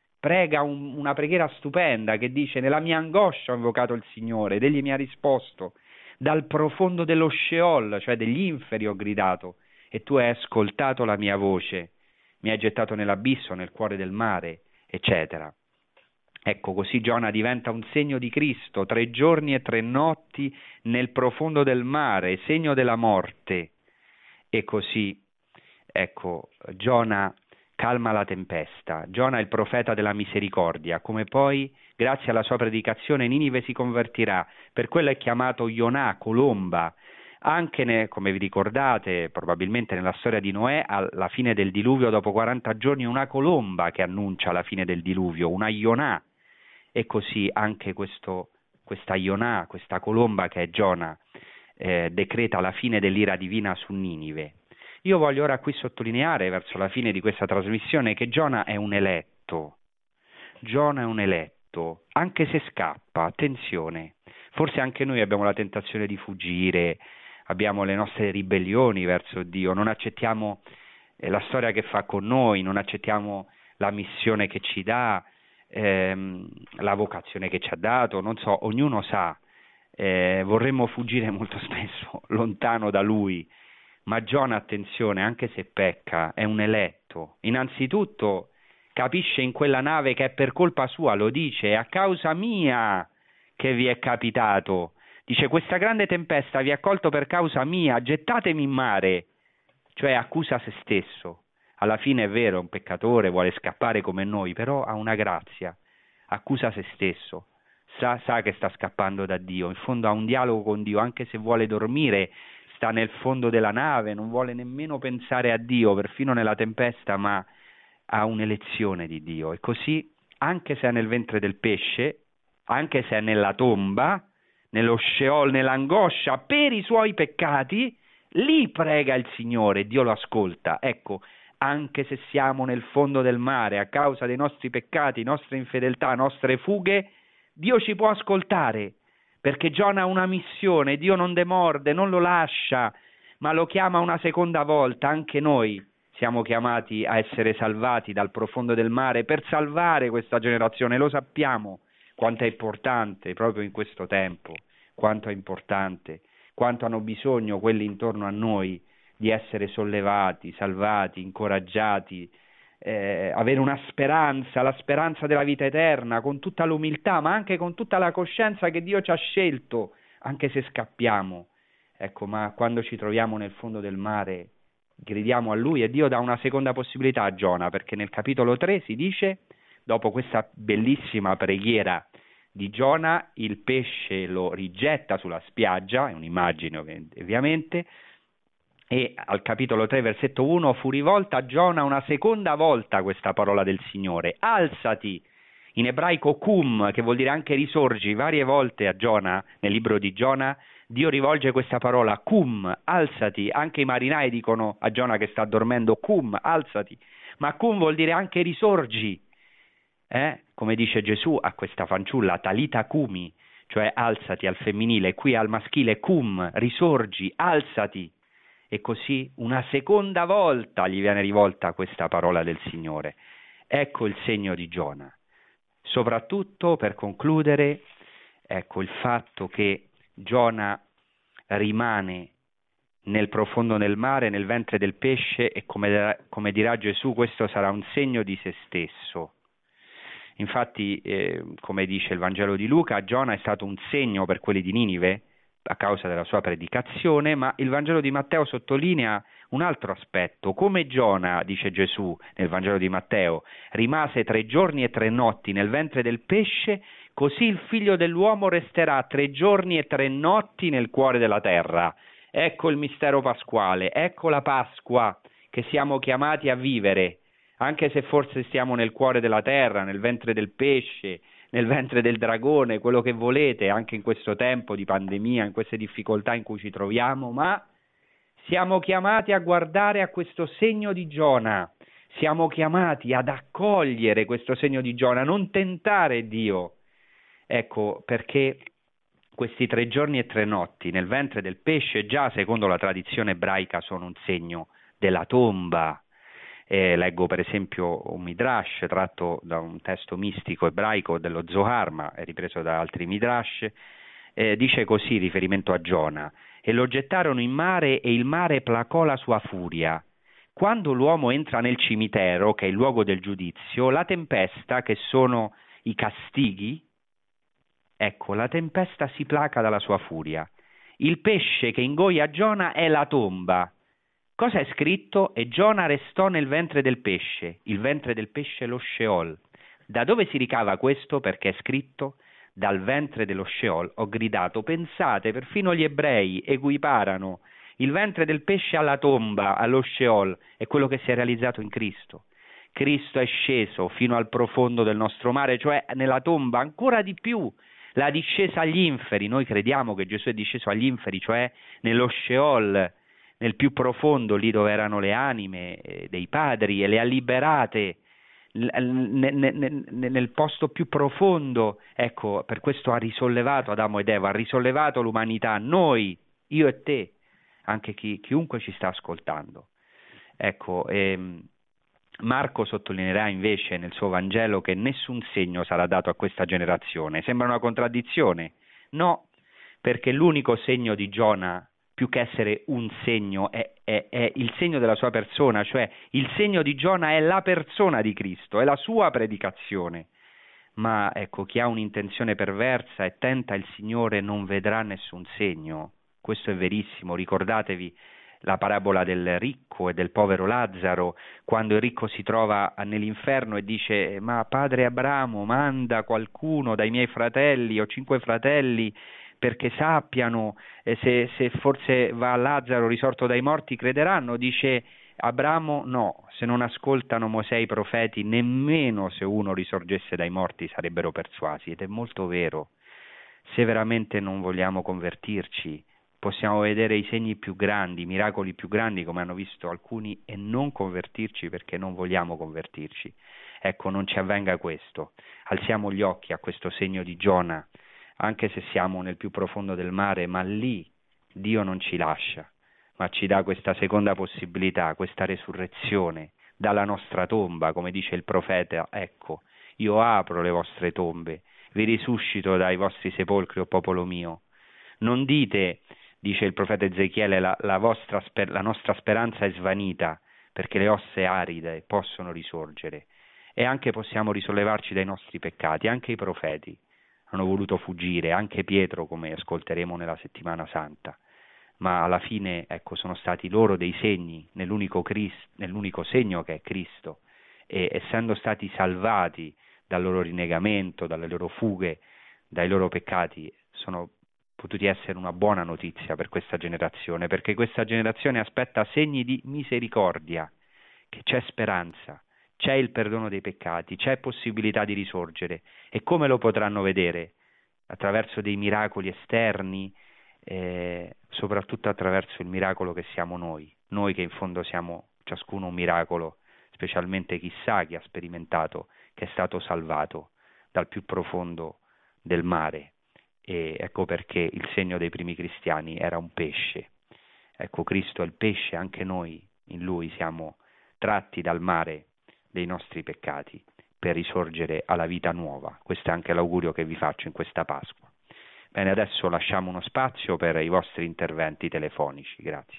Speaker 2: una preghiera stupenda che dice: nella mia angoscia ho invocato il Signore ed egli mi ha risposto, dal profondo dello Sheol, cioè degli inferi, ho gridato e tu hai ascoltato la mia voce, mi hai gettato nell'abisso, nel cuore del mare, eccetera. Ecco, così Giona diventa un segno di Cristo, 3 giorni e 3 notti nel profondo del mare, segno della morte. E così, ecco, Giona calma la tempesta. Giona è il profeta della misericordia, come poi, grazie alla sua predicazione, Ninive si convertirà. Per quello è chiamato Ionà, colomba. Anche, come vi ricordate, probabilmente nella storia di Noè, alla fine del diluvio, dopo 40 giorni, una colomba che annuncia la fine del diluvio, una Ionà. E così anche questa Ionà, questa colomba che è Giona, decreta la fine dell'ira divina su Ninive. Io voglio ora qui sottolineare, verso la fine di questa trasmissione, che Giona è un eletto. Giona è un eletto, anche se scappa, attenzione. Forse anche noi abbiamo la tentazione di fuggire, abbiamo le nostre ribellioni verso Dio, non accettiamo la storia che fa con noi, non accettiamo la missione che ci dà, la vocazione che ci ha dato, non so, ognuno sa, vorremmo fuggire molto spesso lontano da Lui, ma Giona, attenzione, anche se pecca, è un eletto. Innanzitutto capisce in quella nave che è per colpa sua, lo dice, è a causa mia che vi è capitato. Dice: questa grande tempesta vi ha colto per causa mia, gettatemi in mare. Cioè accusa se stesso. Alla fine è vero, è un peccatore, vuole scappare come noi, però ha una grazia. Accusa se stesso. Sa che sta scappando da Dio, in fondo ha un dialogo con Dio, anche se vuole dormire, sta nel fondo della nave, non vuole nemmeno pensare a Dio, perfino nella tempesta, ma ha un'elezione di Dio. E così, anche se è nel ventre del pesce, anche se è nella tomba, nello Sheol, nell'angoscia, per i suoi peccati, lì prega il Signore, Dio lo ascolta. Ecco, anche se siamo nel fondo del mare a causa dei nostri peccati, nostre infedeltà, nostre fughe, Dio ci può ascoltare, perché Giona ha una missione, Dio non demorde, non lo lascia, ma lo chiama una seconda volta. Anche noi siamo chiamati a essere salvati dal profondo del mare per salvare questa generazione, lo sappiamo quanto è importante proprio in questo tempo, quanto è importante, quanto hanno bisogno quelli intorno a noi di essere sollevati, salvati, incoraggiati, avere una speranza, la speranza della vita eterna, con tutta l'umiltà, ma anche con tutta la coscienza che Dio ci ha scelto, anche se scappiamo. Ecco, ma quando ci troviamo nel fondo del mare, gridiamo a Lui e Dio dà una seconda possibilità a Giona, perché nel capitolo 3 si dice, dopo questa bellissima preghiera di Giona, il pesce lo rigetta sulla spiaggia, è un'immagine ovviamente, e al capitolo 3 versetto 1 fu rivolta a Giona una seconda volta questa parola del Signore: alzati, in ebraico kum, che vuol dire anche risorgi. Varie volte a Giona, nel libro di Giona, Dio rivolge questa parola, kum, alzati. Anche i marinai dicono a Giona che sta dormendo, kum, alzati. Ma kum vuol dire anche risorgi, come dice Gesù a questa fanciulla, talita cumi, cioè alzati al femminile, qui al maschile cum, risorgi, alzati. E così una seconda volta gli viene rivolta questa parola del Signore. Ecco il segno di Giona. Soprattutto, per concludere, ecco il fatto che Giona rimane nel profondo del mare, nel ventre del pesce, e come dirà Gesù, questo sarà un segno di se stesso. Infatti, come dice il Vangelo di Luca, Giona è stato un segno per quelli di Ninive a causa della sua predicazione, ma il Vangelo di Matteo sottolinea un altro aspetto. Come Giona, dice Gesù nel Vangelo di Matteo, rimase 3 giorni e 3 notti nel ventre del pesce, così il Figlio dell'uomo resterà 3 giorni e 3 notti nel cuore della terra. Ecco il mistero pasquale, ecco la Pasqua che siamo chiamati a vivere, anche se forse stiamo nel cuore della terra, nel ventre del pesce, nel ventre del dragone, quello che volete, anche in questo tempo di pandemia, in queste difficoltà in cui ci troviamo, ma siamo chiamati a guardare a questo segno di Giona. Siamo chiamati ad accogliere questo segno di Giona, non tentare Dio. Ecco, perché questi 3 giorni e 3 notti nel ventre del pesce già secondo la tradizione ebraica sono un segno della tomba. Leggo per esempio un midrash tratto da un testo mistico ebraico dello Zohar, ma è ripreso da altri midrash, dice così in riferimento a Giona: e lo gettarono in mare e il mare placò la sua furia. Quando l'uomo entra nel cimitero, che è il luogo del giudizio, la tempesta, che sono i castighi, ecco, la tempesta si placa dalla sua furia. Il pesce che ingoia Giona è la tomba. Cosa è scritto? E Giona restò nel ventre del pesce. Il ventre del pesce è lo Sheol. Da dove si ricava questo? Perché è scritto: dal ventre dello Sheol ho gridato. Pensate, perfino gli ebrei equiparano il ventre del pesce alla tomba, allo Sheol. È quello che si è realizzato in Cristo. Cristo è sceso fino al profondo del nostro mare, cioè nella tomba, ancora di più. La discesa agli inferi. Noi crediamo che Gesù è disceso agli inferi, cioè nello Sheol, nel più profondo, lì dove erano le anime dei padri, e le ha liberate nel posto più profondo. Ecco, per questo ha risollevato Adamo ed Eva, ha risollevato l'umanità, noi, io e te, anche chiunque ci sta ascoltando. Ecco, Marco sottolineerà invece nel suo Vangelo che nessun segno sarà dato a questa generazione. Sembra una contraddizione? No, perché l'unico segno di Giona, più che essere un segno, è il segno della sua persona, cioè il segno di Giona è la persona di Cristo, è la sua predicazione. Ma ecco, chi ha un'intenzione perversa e tenta il Signore non vedrà nessun segno. Questo è verissimo. Ricordatevi la parabola del ricco e del povero Lazzaro, quando il ricco si trova nell'inferno e dice: ma padre Abramo, manda qualcuno dai miei fratelli, ho 5 fratelli, perché sappiano, se forse va Lazzaro risorto dai morti crederanno. Dice Abramo: no, se non ascoltano Mosè e i profeti, nemmeno se uno risorgesse dai morti sarebbero persuasi. Ed è molto vero. Se veramente non vogliamo convertirci, possiamo vedere i segni più grandi, i miracoli più grandi, come hanno visto alcuni, e non convertirci perché non vogliamo convertirci. Ecco, non ci avvenga questo. Alziamo gli occhi a questo segno di Giona, anche se siamo nel più profondo del mare, ma lì Dio non ci lascia, ma ci dà questa seconda possibilità, questa resurrezione dalla nostra tomba, come dice il profeta: ecco, io apro le vostre tombe, vi risuscito dai vostri sepolcri, o popolo mio. Non dite, dice il profeta Ezechiele, la nostra speranza è svanita, perché le ossa aride possono risorgere, e anche possiamo risollevarci dai nostri peccati. Anche i profeti hanno voluto fuggire, anche Pietro, come ascolteremo nella settimana santa, ma alla fine, ecco, sono stati loro dei segni nell'unico segno che è Cristo, e essendo stati salvati dal loro rinnegamento, dalle loro fughe, dai loro peccati, sono potuti essere una buona notizia per questa generazione, perché questa generazione aspetta segni di misericordia, che c'è speranza, c'è il perdono dei peccati, c'è possibilità di risorgere. E come lo potranno vedere? Attraverso dei miracoli esterni, soprattutto attraverso il miracolo che siamo noi che in fondo siamo ciascuno un miracolo, specialmente chissà chi ha sperimentato che è stato salvato dal più profondo del mare. E ecco perché il segno dei primi cristiani era un pesce. Ecco, Cristo è il pesce, anche noi in Lui siamo tratti dal mare dei nostri peccati per risorgere alla vita nuova. Questo è anche l'augurio che vi faccio in questa Pasqua. Bene, adesso lasciamo uno spazio per i vostri interventi telefonici. Grazie.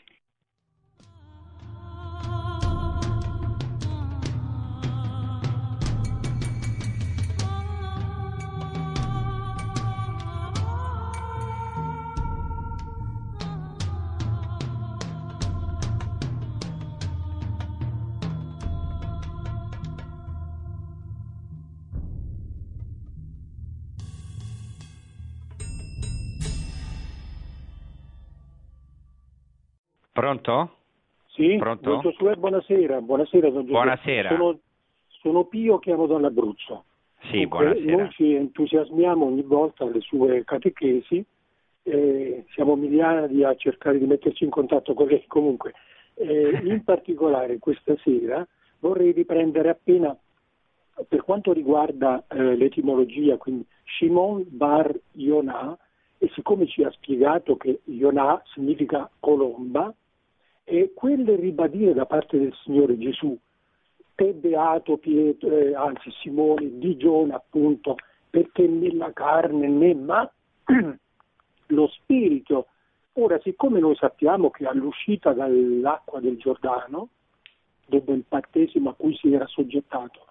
Speaker 2: Pronto?
Speaker 3: Sì,
Speaker 2: Pronto?
Speaker 3: Giosuè, buonasera, don Giuseppe.
Speaker 2: Buonasera.
Speaker 3: Sono Pio, chiamo dall'Abruzzo.
Speaker 2: Sì,
Speaker 3: Dunque,
Speaker 2: buonasera.
Speaker 3: noi ci entusiasmiamo ogni volta alle sue catechesi, siamo miliardi a cercare di metterci in contatto con lei. Comunque, in particolare questa sera vorrei riprendere appena per quanto riguarda l'etimologia, quindi Shimon Bar Yonah, e siccome ci ha spiegato che Yonah significa colomba, e quel ribadire da parte del Signore Gesù, te beato Pietro, anzi Simone, di Giona appunto, perché nella carne né ma lo spirito. Ora, siccome noi sappiamo che all'uscita dall'acqua del Giordano, dopo il battesimo a cui si era soggettato,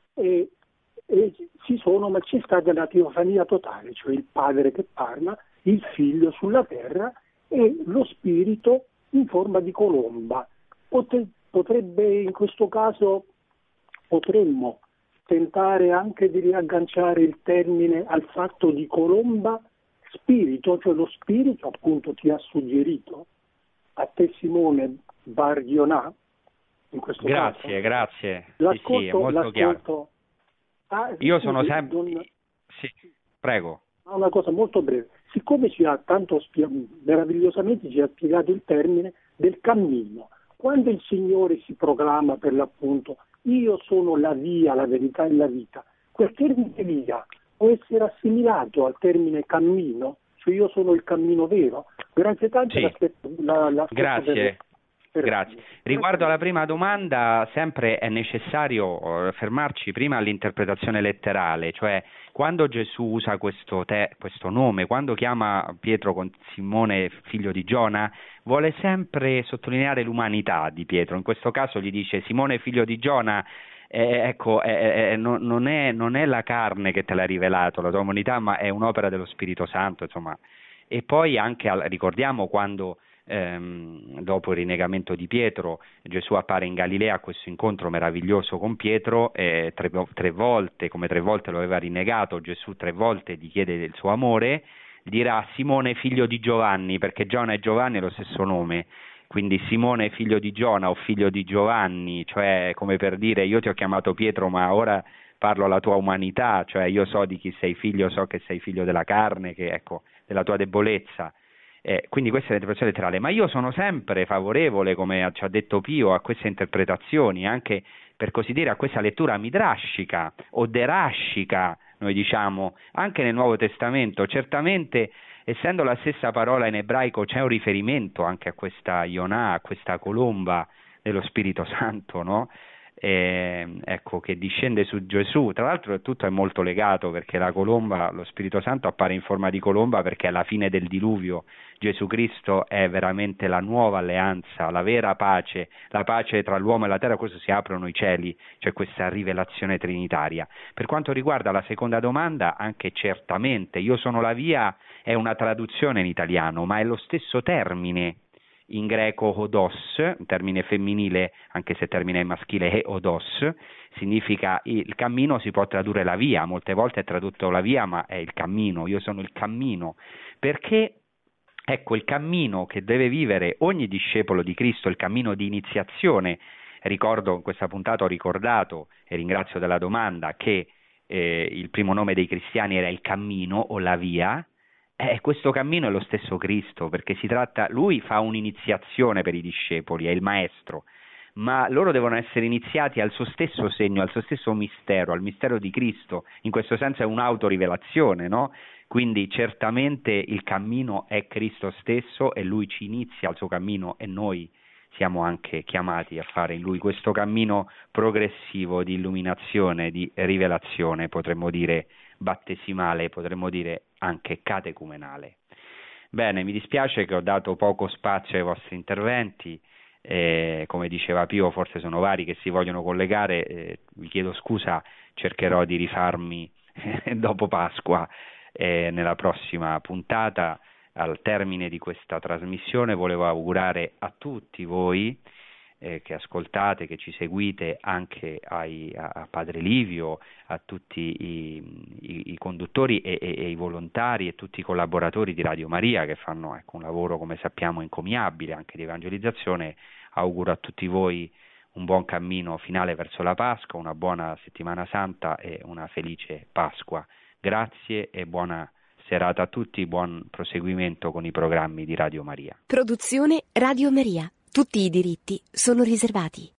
Speaker 3: ma c'è stata la teofania totale, cioè il Padre che parla, il Figlio sulla terra e lo Spirito in forma di colomba. Potrebbe in questo caso potremmo tentare anche di riagganciare il termine al fatto di colomba spirito, cioè lo spirito appunto ti ha suggerito a te Simone Bar Yonah in questo caso.
Speaker 2: Grazie.
Speaker 3: L'ascolto,
Speaker 2: sì, è molto chiaro. Io sono sempre... Sì, prego.
Speaker 3: Una cosa molto breve. Siccome ci ha meravigliosamente ci ha spiegato il termine del cammino, quando il Signore si proclama per l'appunto io sono la via, la verità e la vita, quel termine via può essere assimilato al termine cammino, cioè io sono il cammino vero. Grazie tanto.
Speaker 2: Sì. Grazie. Grazie. Riguardo alla prima domanda, sempre è necessario fermarci prima all'interpretazione letterale, cioè quando Gesù usa questo nome, quando chiama Pietro con Simone figlio di Giona, vuole sempre sottolineare l'umanità di Pietro. In questo caso gli dice Simone figlio di Giona, non è la carne che te l'ha rivelato, la tua umanità, ma è un'opera dello Spirito Santo, insomma. E poi anche ricordiamo quando dopo il rinnegamento di Pietro, Gesù appare in Galilea a questo incontro meraviglioso con Pietro, tre volte, come 3 volte lo aveva rinnegato, Gesù 3 volte gli chiede del suo amore, dirà Simone figlio di Giovanni, perché Giona e Giovanni è lo stesso nome, quindi Simone figlio di Giona o figlio di Giovanni, cioè come per dire io ti ho chiamato Pietro ma ora parlo alla tua umanità, cioè io so di chi sei figlio, so che sei figlio della carne, che ecco, della tua debolezza. Quindi questa è l'interpretazione letterale, ma io sono sempre favorevole, come ci ha detto Pio, a queste interpretazioni, anche per così dire a questa lettura midrascica o derascica, noi diciamo, anche nel Nuovo Testamento. Certamente, essendo la stessa parola in ebraico, c'è un riferimento anche a questa Yonah, a questa colomba dello Spirito Santo, no? Ecco, che discende su Gesù. Tra l'altro tutto è molto legato, perché la colomba, lo Spirito Santo appare in forma di colomba perché alla fine del diluvio Gesù Cristo è veramente la nuova alleanza, la vera pace, la pace tra l'uomo e la terra. Questo si aprono i cieli, cioè questa rivelazione trinitaria. Per quanto riguarda la seconda domanda, anche certamente io sono la via è una traduzione in italiano, ma è lo stesso termine in greco odos, un termine femminile, anche se il termine maschile è odos, significa il cammino, si può tradurre la via, molte volte è tradotto la via, ma è il cammino, io sono il cammino, perché ecco il cammino che deve vivere ogni discepolo di Cristo, il cammino di iniziazione. Ricordo in questa puntata, ho ricordato e ringrazio della domanda che il primo nome dei cristiani era il cammino o la via. Questo cammino è lo stesso Cristo, perché lui fa un'iniziazione per i discepoli, è il maestro, ma loro devono essere iniziati al suo stesso segno, al suo stesso mistero, al mistero di Cristo. In questo senso è un'autorivelazione, no? Quindi certamente il cammino è Cristo stesso e lui ci inizia al suo cammino e noi siamo anche chiamati a fare in lui questo cammino progressivo di illuminazione, di rivelazione, potremmo dire battesimale, potremmo dire anche catecumenale. Bene, mi dispiace che ho dato poco spazio ai vostri interventi, come diceva Pio, forse sono vari che si vogliono collegare, vi chiedo scusa, cercherò di rifarmi dopo Pasqua nella prossima puntata. Al termine di questa trasmissione volevo augurare a tutti voi che ascoltate, che ci seguite, anche a Padre Livio, a tutti i conduttori e i volontari e tutti i collaboratori di Radio Maria che fanno un lavoro, come sappiamo, encomiabile anche di evangelizzazione. Auguro a tutti voi un buon cammino finale verso la Pasqua, una buona settimana santa e una felice Pasqua. Grazie e buona serata a tutti, buon proseguimento con i programmi di Radio Maria.
Speaker 1: Produzione Radio Maria. Tutti i diritti sono riservati.